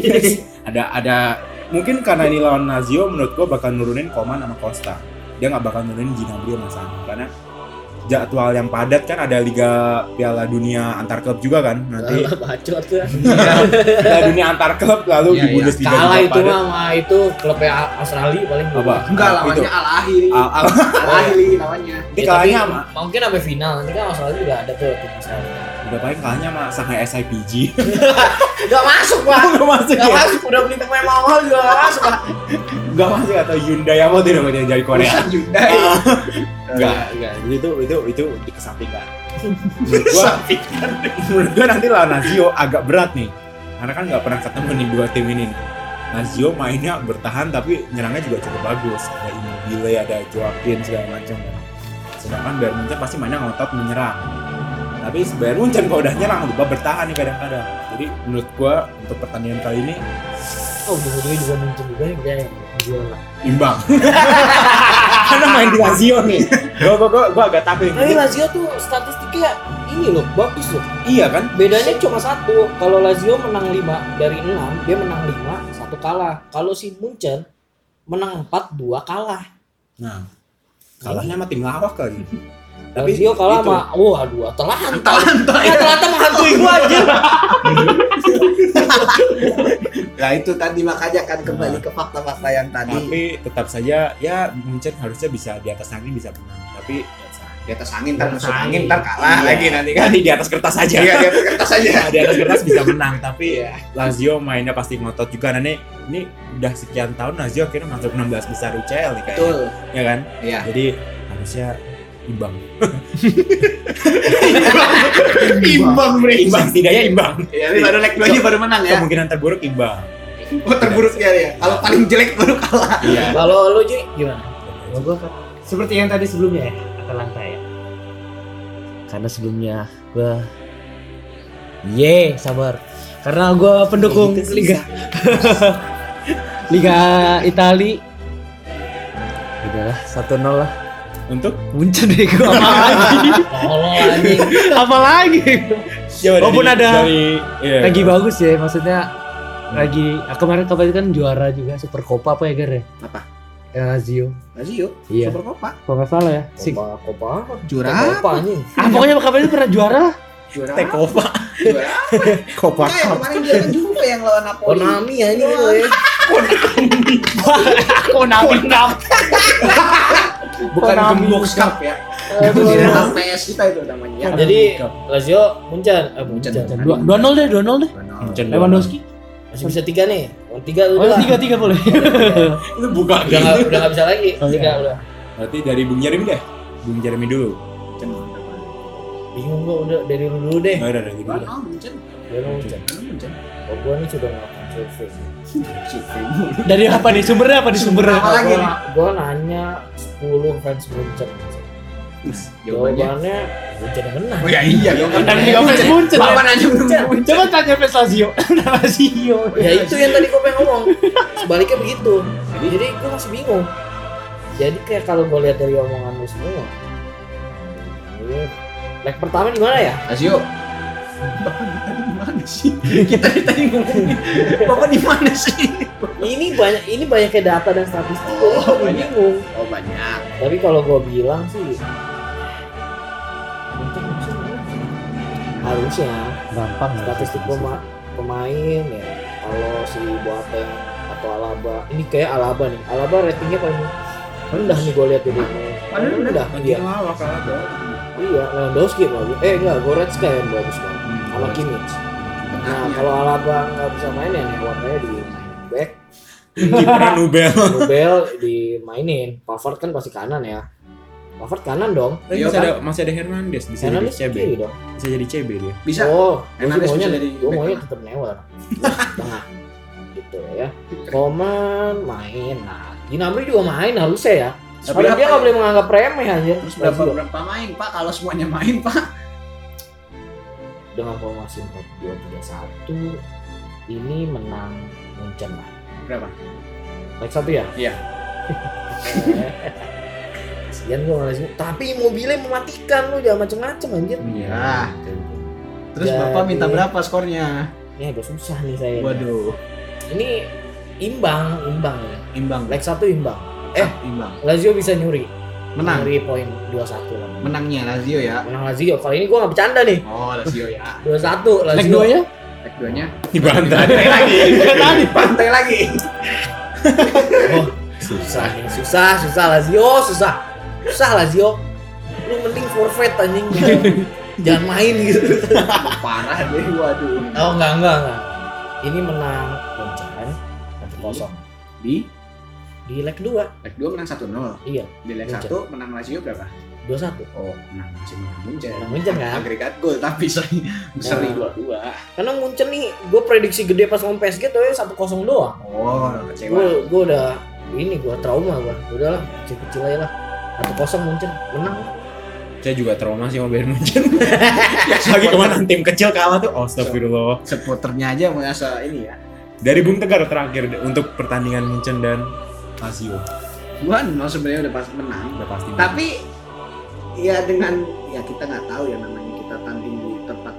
ada ada mungkin karena ini lawan Lazio menurut gua bakal nurunin Coman sama Costa. Dia nggak bakal nurunin Gnabry sama Sane karena jadwal yang padat kan ada Liga Piala Dunia antar klub juga kan nanti. Lah, bacot tuh. Piala Dunia antar klub lalu Iya, di iya. Bundesliga Kalah juga itu padat. mah sama itu klubnya Australia paling. Apa? Enggak, Itu. lawannya Al Ahly. Al- Al- Al Ahly namanya. Ini kalahnya sama mungkin sampai final. Nanti kan Australia juga ada tuh tim Australia. udah paling kalahnya sama Shanghai S I P G. Gak masuk, Pak. Nggak masuk Gak ya? masuk, udah beli pemain mahal juga gak masuk, Pak. Nggak masuk atau Hyundai apa tuh namanya dari Korea? Busan Hyundai. Enggak, enggak. Itu itu itu dikesampingkan. Menurut gua, menurut gua nanti lawan Lazio agak berat nih. Karena kan nggak pernah ketemu nih dua tim ini. Nih. Lazio mainnya bertahan tapi nyerangnya juga cukup bagus. Ada Immobile, ada Joaquin segala macam. Sedangkan Bayern Munchen pasti mainnya ngotot menyerang. Tapi Bayern Munchen kalau udah nyerang lupa bertahan nih kadang-kadang. Jadi menurut gua untuk pertandingan kali ini Oh, ujung-ujungnya juga muncul juga nih kayak juara. imbang. Karena main di Lazio nih. Gua gua gua, gua agak takut. Tapi Lazio tuh statistiknya ini loh, bagus loh. Iya kan? Bedanya cuma satu. Kalau Lazio menang lima dari enam, dia menang lima, satu kalah. Kalau si Munchen menang empat dua kalah. Nah, kalahnya sama tim lawak lagi. Tapi Lazio kalah itu. sama wah dua Atalanta. Atalanta. Ya Atalanta menghantui gua aja. Nah itu tadi makanya kan kembali ke fakta-fakta yang tadi. Tapi tetap saja ya Munchen harusnya bisa di atas angin bisa menang. Tapi Di atas angin ntar Di atas masuk angin angin. ntar kalah Iya. lagi nanti kan. Tadi di atas kertas aja. Iya di atas kertas aja. di atas kertas bisa menang, tapi Lazio mainnya pasti ngotot juga. Nah ini, ini udah sekian tahun Lazio akhirnya masuk enam belas besar U C L nih kayaknya. Betul. Ya kan? Iya. Jadi harusnya imbang. Imbang bre. Imbang, setidaknya imbang. Ya ini baru leg dua-nya baru menang ya. Kemungkinan terburuk imbang. Oh terburuknya ya. Kalau paling jelek baru kalah. Iya. Kalau lu Ji gimana? Kalau gua kan seperti yang tadi sebelumnya ya, Atalanta ya. Karena sebelumnya gua ye sabar. Karena gua pendukung Gitu sih. Liga Liga Itali. Udahlah satu nol lah. Untuk Munchen deh gua apa lagi? Oh anjing. apa lagi? Coba Walaupun dari- ada- dari, iya. Lagi bagus ya, maksudnya lagi ah, kemarin kemarin kan juara juga Super Copa apa ya Gar ya? Apa? Ya, Lazio. Lazio. Iya. Super Copa. Kalau nggak salah ya. Sik. Kopa Kopa apa? Juara Kopa anjing. Ah pokoknya kabarnya pernah juara lah. Juara. Tekova. Juara. Copa Kayak Cup. kemarin dia kan juga yang lawan Napoli. Konami anjing gitu ya. Konami Cup. Bukan Konami. Gembok Cup ya. Itu di dalam P S kita itu namanya. Ya, jadi Lazio Munchen, eh Munchen. Munchen. Dua dua nol deh, dua nol deh. Munchen Lewandowski. Masih bisa tiga nih. Yang tiga Oh, udah. tiga tiga boleh. Itu buka Udah nggak udah nggak bisa lagi. Oh, Tiga iya. udah. Berarti dari Bung Jeremy deh. Bung Jeremy dulu. Bingung gua udah dari lu dulu deh. Oh, udah dari dulu. Oh, Munchen. Dari Munchen. Munchen. Oh gua nih sudah ngelakuin survei. Dari apa nih? Sumbernya apa nih sumbernya? Apa lagi nih? Gua nanya sepuluh fans Munchen. Jawabannya. Jawabannya Munchen yang menang. Oh ya iya dong. Dan juga fans Munchen. Bapak ya? nanya Munchen. Coba tanya fans Lazio. Lazio. Ya itu yang tadi gue pengen ngomong. Sebaliknya begitu. Jadi, jadi gue masih bingung. Jadi kayak kalau gue lihat dari omongan lu semua, ini leg pertama di mana ya? Lazio. Bapak tadi di mana sih? Kita tadi ngomongin. Bapak di mana sih? Ini banyak, ini banyak kayak data dan statistik. Oh, Oh, gue banyak. bingung. Oh banyak. Tapi kalau gue bilang sih, mungkin harusnya menang. harusnya Gampang ya. statistik pema pemain ya. Kalau si Boateng atau Alaba, ini kayak Alaba nih. Alaba ratingnya paling rendah nih gue lihat di ini. Paling rendah? Iya. lawak ada. Iya, Lewandowski bagus. Eh enggak, Goretzka yang bagus banget. Sama Kimmich. Nah, kalau Alaba nggak bisa main ya nih warnanya di back, Kipernya Nubel. Nubel dimainin. Pavard kan pasti kanan ya. Pavard kanan dong. Tapi Iya masih kan? ada masih ada Hernandez bisa Kanan jadi C B. kiri dong. Bisa jadi C B dia. Bisa. Oh, gue Hernandez sih maunya bisa jadi gue back maunya tengah. tetap Neuer. Tengah. Gitu ya. Koman main. Nah, Gnabry juga main harusnya ya. Tapi Tapi dia apa nggak ya? boleh menganggap remeh aja. Terus berapa berapa main Pak? Kalau semuanya main Pak. Dengan formasi empat dua tiga satu ini menang Munchen lah. Berapa? Leg satu ya? Iya. Kasian gue malah sih. Tapi mobilnya mematikan lu jangan macem-macem anjir. Iya. Terus Jadi- Bapak minta berapa skornya? Ini agak susah nih saya. Waduh. Ini imbang, imbang ya. Imbang. Leg satu imbang. Eh, imbang. Lazio bisa nyuri. Menang. Nyuri poin dua satu lah. Menangnya Lazio ya. Menang Lazio. Kali ini gua nggak bercanda nih. Oh, Lazio ya. dua satu Lazio. Leg dua ya? Leg dua-nya Dibantai. lagi. Tadi pantai lagi. Oh, susah nih. Susah, susah Lazio, susah. Susah Lazio. Lu mending forfeit anjing. Jangan main gitu. Parah deh, waduh. Oh, enggak, enggak, enggak. Ini menang Munchen satu kosong Di di leg dua. leg dua menang satu nol. Iya, Di leg Munchen. satu menang Lazio berapa? dua satu. Oh, menang masih menang Munchen. Menang Munchen kan? Agregat gol tapi seri seri Nah. dua-dua. Karena Munchen nih, gue prediksi gede pas ngomong P S G tuh ya satu kosong doang. Oh, kecewa. Gue gue udah ini gue trauma gue. Udahlah, kecil-kecil aja lah. satu kosong Munchen menang. Saya juga trauma sih sama Bayern Munchen. Lagi kemana tim kecil kalah tuh. Astagfirullah. Supporternya aja merasa ini ya. Dari Bung Tegar terakhir deh, untuk pertandingan Munchen dan Lazio. dua nol sebenarnya udah pasti menang. Udah pasti. Tapi ya dengan ya kita nggak tahu ya namanya kita tanding di tempat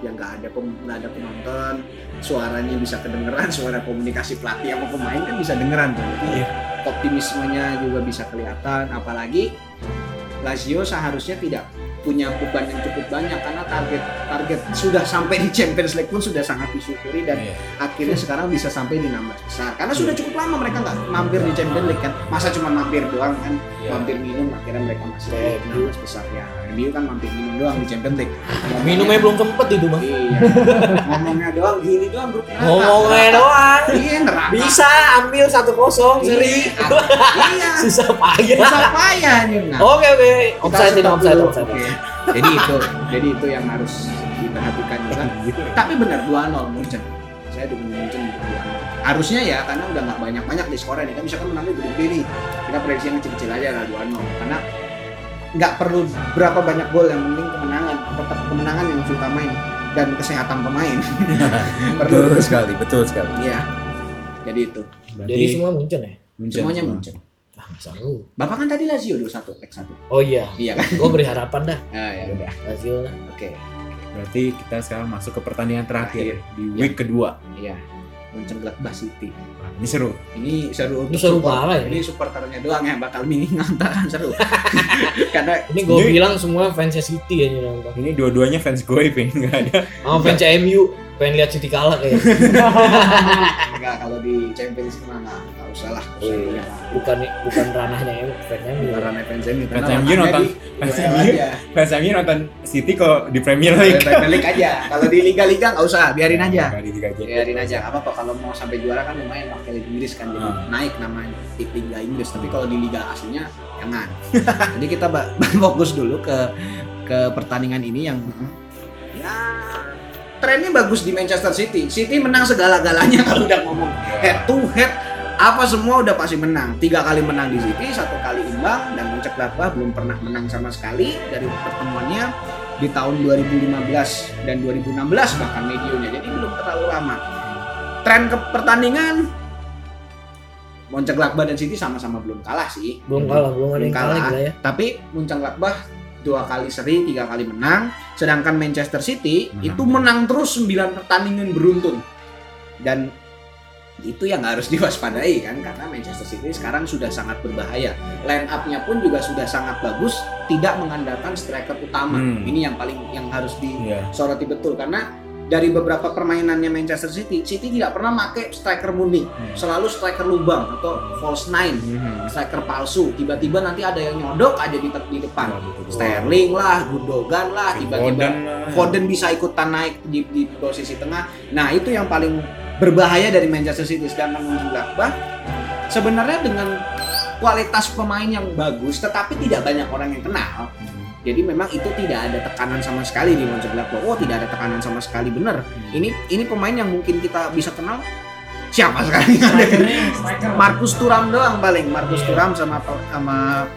yang nggak ada pem, nggak ada penonton, suaranya bisa kedengeran, suara komunikasi pelatih sama pemain kan bisa dengeran tuh. Jadi Iya. optimismenya juga bisa kelihatan, apalagi Lazio seharusnya tidak punya beban yang cukup banyak karena target target sudah sampai di Champions League pun sudah sangat disyukuri dan Iya. akhirnya sekarang bisa sampai di enam belas besar karena sudah cukup lama mereka nggak mampir di Champions League kan, masa cuma mampir doang kan, Iya. mampir minum akhirnya mereka masih di Kayak enam belas besar ya. M U kan mampir minum doang di Champions League. Minumnya belum sempet itu bang. Iya. Ngomongnya doang gini doang grup neraka. Ngomongnya doang. Iya neraka. Bisa ambil satu kosong seri. Iya. Susah payah. Susah payah nih. Nah, Oke oke. kita Offside ini stop offside dulu. offside. Oke. Jadi itu, jadi itu yang harus diperhatikan juga. Tapi benar dua nol Munchen. Saya dukung Munchen dua nol. Harusnya ya karena udah nggak banyak-banyak di skornya nih. Kan misalkan menangnya gede-gede nih. Kita prediksi yang kecil-kecil aja lah dua nol. Karena nggak perlu berapa banyak gol, yang penting kemenangan. Tetap kemenangan yang utamain dan kesehatan pemain. Perlu. Betul sekali, betul sekali. Iya. Jadi itu. Jadi semua Munchen ya? Munchen Semuanya semua. Munchen. Ah bisa lu. Bapak kan tadi Lazio dua satu X satu. Oh iya. Iya kan? Gue beri harapan dah. Ah ya udah. Lazio lah. Oke. Berarti kita sekarang masuk ke pertandingan terakhir di Iya. week kedua. Iya. Munchen Gladbach City. Nah, ini seru. Ini seru. Ini untuk seru support- parah ya? Ini supporternya doang yang bakal mini ngantakan seru. Karena Ini gue Ini- bilang semua fansnya City ya nonton. Ini dua-duanya fans gue, Ping. Nggak ada. Sama fans M U pengen lihat City kalah kayaknya. enggak kalau di Champions League mah nggak nggak usah lah. nggak usah Iya. lihat. Bukan bukan ranahnya M U, fans M U. Bukan F M U. Fans M U nonton fans M U. Fans M U nonton City kok di Premier League. Premier League aja. Kalau di liga-liga nggak usah, biarin aja. Nggak di Liga aja. Biarin aja. Apa apa kalau mau sampai juara kan lumayan pakai Liga Inggris kan, jadi Ah. naik namanya di Liga Inggris. Tapi kalau di liga aslinya jangan. Jadi kita ba- fokus dulu ke ke pertandingan ini yang ya trennya bagus di Manchester City. City menang segala-galanya kalau udah ngomong head to head apa semua udah pasti menang. Tiga kali menang di City, satu kali imbang, dan Mönchengladbach belum pernah menang sama sekali dari pertemuannya di tahun dua ribu lima belas dan dua ribu enam belas bahkan medionya. Jadi belum terlalu lama. Tren ke pertandingan Mönchengladbach dan City sama-sama belum kalah sih. Belum kalah, belum ada Belum yang kalah gila ya. Tapi Mönchengladbach dua kali seri, tiga kali menang. Sedangkan Manchester City Menang. itu menang terus sembilan pertandingan beruntun. Dan itu yang harus diwaspadai kan, karena Manchester City sekarang sudah sangat berbahaya. Line up-nya pun juga sudah sangat bagus, tidak mengandalkan striker utama. Hmm. Ini yang paling yang harus Iya. disoroti betul, karena dari beberapa permainannya Manchester City, City tidak pernah pakai striker murni, Hmm. selalu striker lubang atau false nine, Mhm. striker palsu. Tiba-tiba nanti ada yang nyodok aja di, di depan. Iya, betul. Sterling lah, Gundogan lah, tiba-tiba Foden lah. Foden bisa ikutan naik di, di posisi tengah. Nah itu yang paling berbahaya dari Manchester City. Sedangkan Mönchengladbach sebenarnya dengan kualitas pemain yang bagus, tetapi tidak banyak orang yang kenal. Mhm. Jadi memang itu tidak ada tekanan sama sekali di Mönchengladbach. Oh tidak ada tekanan sama sekali, bener. Ini ini pemain yang mungkin kita bisa kenal siapa sekarang? Marcus Thuram doang paling. Marcus Iya. Thuram sama sama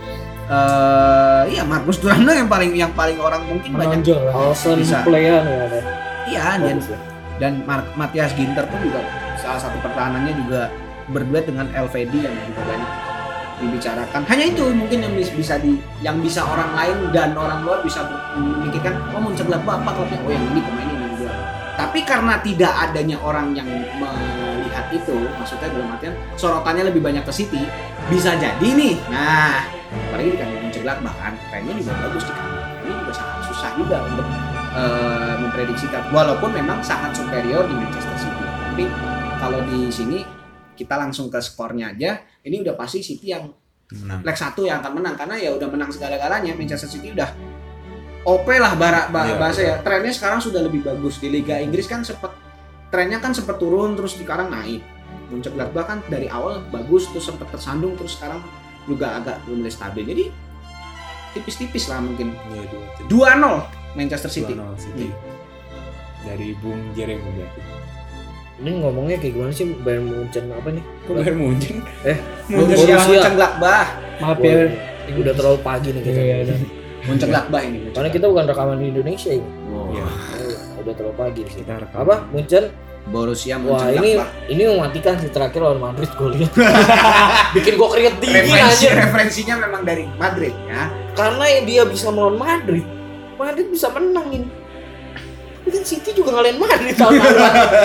eh iya Marcus Thuram doang yang paling yang paling orang mungkin banyak. Menonjol lah. Awesome Bisa. player ya ada. Iya dan Bagus ya. dan Mar- Matthias Ginter pun juga salah satu pertahanannya juga berduet dengan L V D yang juga banyak dibicarakan. Hanya itu mungkin yang bis- bisa di yang bisa orang lain dan orang luar bisa ber- memikirkan oh Mönchengladbach apa klubnya, oh yang ini pemain ini juga. Tapi karena tidak adanya orang yang melihat itu, maksudnya dalam artian sorotannya lebih banyak ke City, bisa jadi nih. Nah, apalagi di kandang Mönchengladbach kan, trennya juga bagus di kandang. Ini juga sangat susah juga untuk eh, memprediksikan. Walaupun memang sangat superior di Manchester City. Tapi kalau di sini kita langsung ke skornya aja, ini udah pasti City yang Menang. leg satu yang akan menang karena ya udah menang segala-galanya. Manchester City udah O P lah bara, ba- Iya, bahasa ya. Trennya sekarang sudah lebih bagus. Di Liga Inggris kan sempat trennya kan sempat turun terus sekarang naik. Mönchengladbach kan dari awal bagus terus sempat tersandung terus sekarang juga agak mulai stabil. Jadi tipis-tipis lah mungkin. Iya, dua tim. dua nol Manchester City. dua nol City. Dari Bung Jeremy berarti. Ini ngomongnya kayak gimana sih Bayern Munchen apa nih? Kok Bayern Munchen? Eh, Borussia Borussia. Mönchengladbach. Maaf Wah, ya. ini udah terlalu pagi nih kita. Iya, udah. Mönchengladbach ini. Karena kita bukan rekaman di Indonesia ini. Oh. Iya. Oh, udah terlalu pagi sih. Kita rekam. Apa? Munchen? Borussia Wah, ini Mönchengladbach. ini mematikan sih terakhir lawan Madrid gue lihat. Bikin gue keringet dingin Referensi aja. referensinya memang dari Madrid ya. Karena dia bisa melawan Madrid. Madrid bisa menang ini. Tapi kan City juga ngalahin Madrid tahun lalu.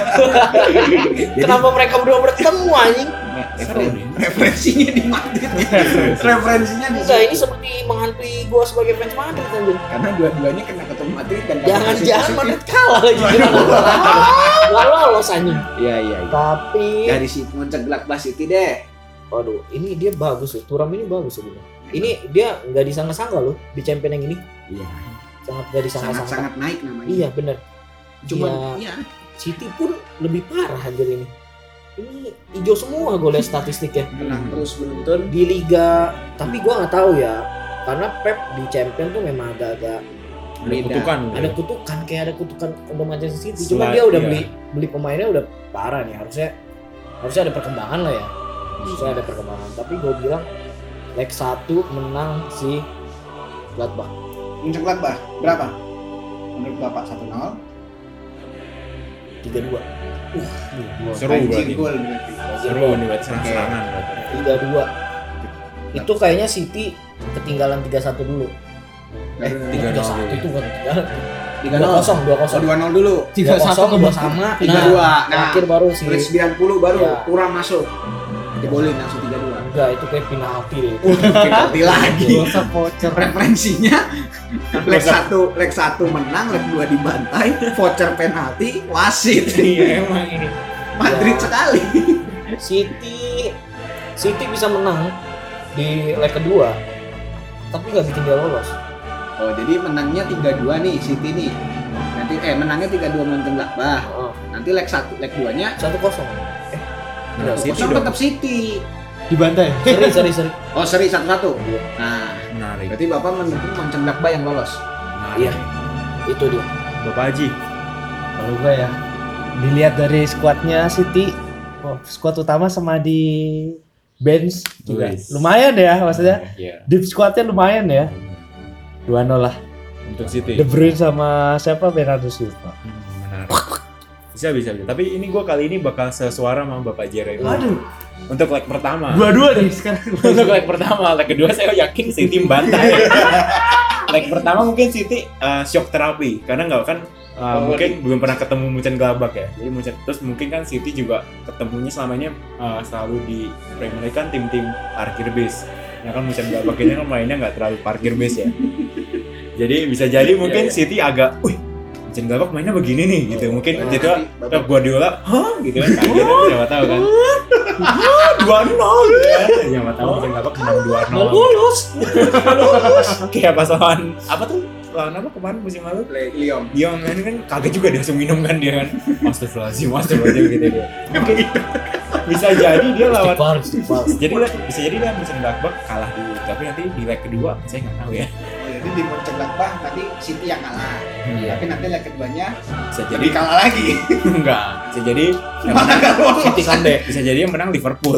Kenapa mereka berdua bertemu anjing? Referen- referensinya di Madrid. Referensinya di Enggak, ini seperti menghantui gua sebagai fans Madrid anjing. karena dua-duanya kena ketemu Madrid dan Jangan-jangan Madrid kalah lagi gimana? Enggak lolos anjing. Iya iya. iya. Tapi Dari si Mönchengladbach City deh. waduh, ini dia bagus loh. Turam ini bagus sebenarnya. Ini dia nggak disangka-sangka loh di champion yang ini. Iya. Sangat nggak disangka-sangka. Sangat-sangat naik namanya. Iya bener. Cuman Ya, iya. City pun lebih parah anjir ini. Ini hijau semua gue lihat statistiknya Menang terus beruntun. di liga. Tapi gue nggak tahu ya, karena Pep di champion tuh memang agak-agak Ada Beda. kutukan. ada kutukan, kayak ada kutukan untuk Manchester City. Selain- Cuman dia udah iya. beli beli pemainnya udah parah nih. Harusnya harusnya ada perkembangan lah ya. Harusnya ada perkembangan. Tapi gue bilang leg satu menang si Gladbach. Mönchengladbach berapa? Menurut Bapak satu nol. tiga dua. Seru berarti. Gol berarti. Seru nih buat serang-serangan berarti. tiga dua. Itu kayaknya City ketinggalan tiga satu dulu. Eh, tiga nol tiga satu dulu. itu bukan ketinggalan. tiga dua nol. kosong, dua Oh, kosong. dua nol dulu. tiga kosong dua sama. tiga dua. Nah, Nah, terakhir baru si menit sembilan puluh baru Ya. kurang masuk. Dibolin langsung tiga dua. enggak itu kayak penalti deh. Penalti lagi. Dosa voucher. Referensinya leg satu leg satu menang, leg dua dibantai, voucher penalti, wasit. Iya emang ini. Madrid Ya. sekali. City City bisa menang di leg kedua tapi nggak bikin dia lolos. Oh, jadi menangnya tiga dua nih City nih. Nanti eh menangnya tiga dua Mönchengladbach. Oh, Nanti leg satu leg duanya satu kosong. Nah, City kosong dong. tetap City. Dibantai. Seri seri seri. Oh, seri satu satu. Nah, Menarik. berarti Bapak mendukung Mönchengladbach yang lolos. Menarik. Iya. Itu dia. Bapak Haji. Kalau gue ya, dilihat dari skuadnya City, oh, skuad utama sama di bench juga Wis. lumayan ya, maksudnya Iya. deep squadnya lumayan ya. dua nol lah. Untuk City. De Bruyne sama siapa, Bernardo Silva. Hmm, menarik. Bisa bisa bisa. Tapi ini gue kali ini bakal sesuara sama Bapak Jeremy. Waduh, Untuk leg pertama. dua-dua nih sekarang. Untuk leg pertama, leg kedua saya yakin City bantai. Leg pertama mungkin City uh, shock terapi karena nggak kan uh, Oh, mungkin belum pernah ketemu Mönchengladbach ya. Jadi Munchen, terus mungkin kan City juga ketemunya selamanya uh, selalu di Premier League kan tim-tim parkir base. Ya kan Mönchengladbach ini kan mainnya nggak terlalu parkir base ya. Jadi bisa jadi mungkin Iya, iya. City agak, wih Mönchengladbach mainnya begini nih gitu. Mungkin Nah, jadi nanti Bapak- Pep Guardiola, hah gitu kan kaget kan siapa tahu kan. dua nol gitu ya. Siapa tahu Mönchengladbach menang dua nol. Lulus. Kayak pas lawan apa tuh? Lawan apa kemarin musim lalu? Le- Lyon. Dia main kan kaget juga dia langsung minum kan dia kan. Astagfirullahaladzim, astagfirullahaladzim gitu dia. Mungkin bisa jadi dia lawan Istighfar, istighfar. jadi bisa jadi dia Mönchengladbach kalah dulu tapi nanti di leg kedua saya nggak tahu ya. Oh, jadi di Mönchengladbach nanti City yang kalah. Iya. Tapi nanti leg keduanya Bisa jadi jadi kalah lagi. enggak. Bisa jadi yang Mana menang nggak lolos? City kan deh. Bisa jadi yang menang Liverpool.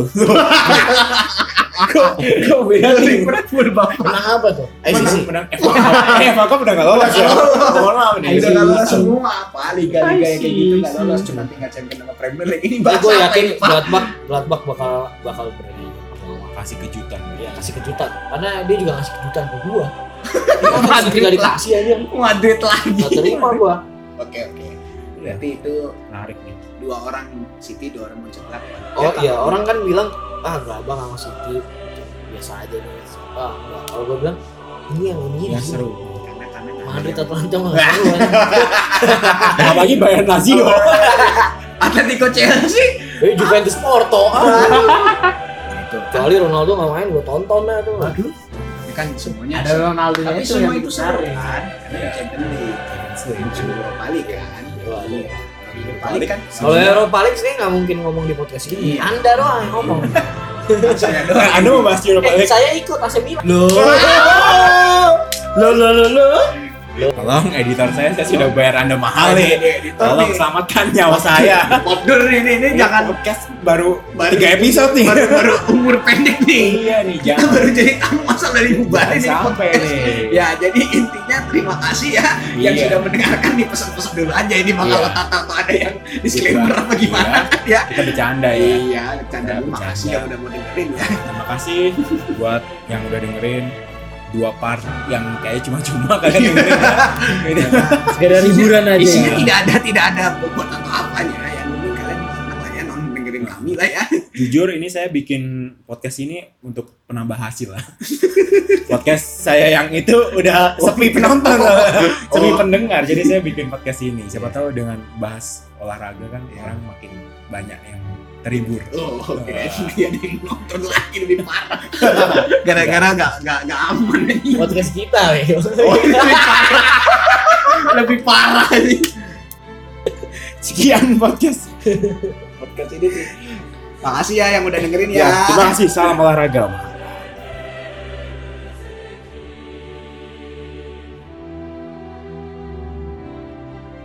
Kok kok beda nih? Liverpool Bapak. Menang apa tuh? Eh I C C. sih menang F A Cup. Eh F A Cup udah nggak lolos ya. Mohon maaf nih. Udah nggak lolos semua apa liga-liga yang kayak gitu nggak I see. lolos cuma tinggal champion sama Premier League ini Tapi bahas gue apa yakin ini, Pak? Gladbach Gladbach bakal bakal berani. Kasih kejutan. Ya kasih kejutan karena dia juga ngasih kejutan ke gua. Madrid nggak dikasih aja. Madrid lagi. Nggak terima gua. Oke oke. Berarti itu Menarik nih. dua orang City, dua orang Mönchengladbach. Oh Ya, iya, kalau- orang kan bilang ah Gladbach sama City biasa aja nih. Ah enggak. Kalau gua bilang ini yang ini Ya seru. karena karena nggak Madrid ada yang- Atlanta mah seru kan. Apalagi Bayern Lazio. Atletico Chelsea. Eh Juventus Porto. Ah. Itu. Kecuali Ronaldo nggak main gua tonton dah tuh. Waduh. Ini kan semuanya Ada Ronaldo tapi itu semua yang itu besar seru ya. kan. Karena Iya. Champions League, Seru. Europa League kan. Wah, iya. Europa League kan. Kalau Europa League sih nggak mungkin ngomong di podcast ini. Iya. Anda doang yang ngomong. Saya doang. Anda mau bahas Europa Eh, League? saya ikut A C Milan. Lo lo lo lo lo. Tolong editor saya, saya sudah bayar Anda mahal nih. Tolong Tapi selamatkan nyawa saya. Abdur ini ini Ini jangan podcast baru Baru- tiga episode nih. baru baru umur pendek nih. Iya nih, Kita jangan baru jadi tamu masa dari bubar jangan ini sampai podcast. nih. Ya, jadi intinya terima kasih ya yang Iya. sudah mendengarkan nih pesan-pesan dulu aja ini bakal Iya. tata atau ada yang disclaimer apa gimana ya. Kita bercanda ya. Iya, bercanda Ya, dulu makasih bercanda. yang udah mau dengerin ya. Terima kasih buat yang udah dengerin. dua part yang kayak cuma-cuma kalian dengerin. Gitu. Sekedar hiburan aja. Di sini ya. tidak ada tidak ada bobot atau apanya, yang penting kalian apa ya non dengerin kami lah ya. Jujur ini saya bikin podcast ini untuk penambah hasil lah. Podcast saya yang itu udah sepi penonton, sepi pendengar. Jadi saya bikin podcast ini. Siapa tahu dengan bahas olahraga kan orang makin banyak yang terhibur. Oh, oke. Okay. Jadi nonton lagi lebih parah. Gara-gara nggak nggak nggak aman ini. Podcast kita, ya. Oh, lebih parah. Lebih parah ini. Sekian podcast. Podcast ini. Makasih ya yang udah dengerin ya. Ya, terima kasih. Salam olahraga.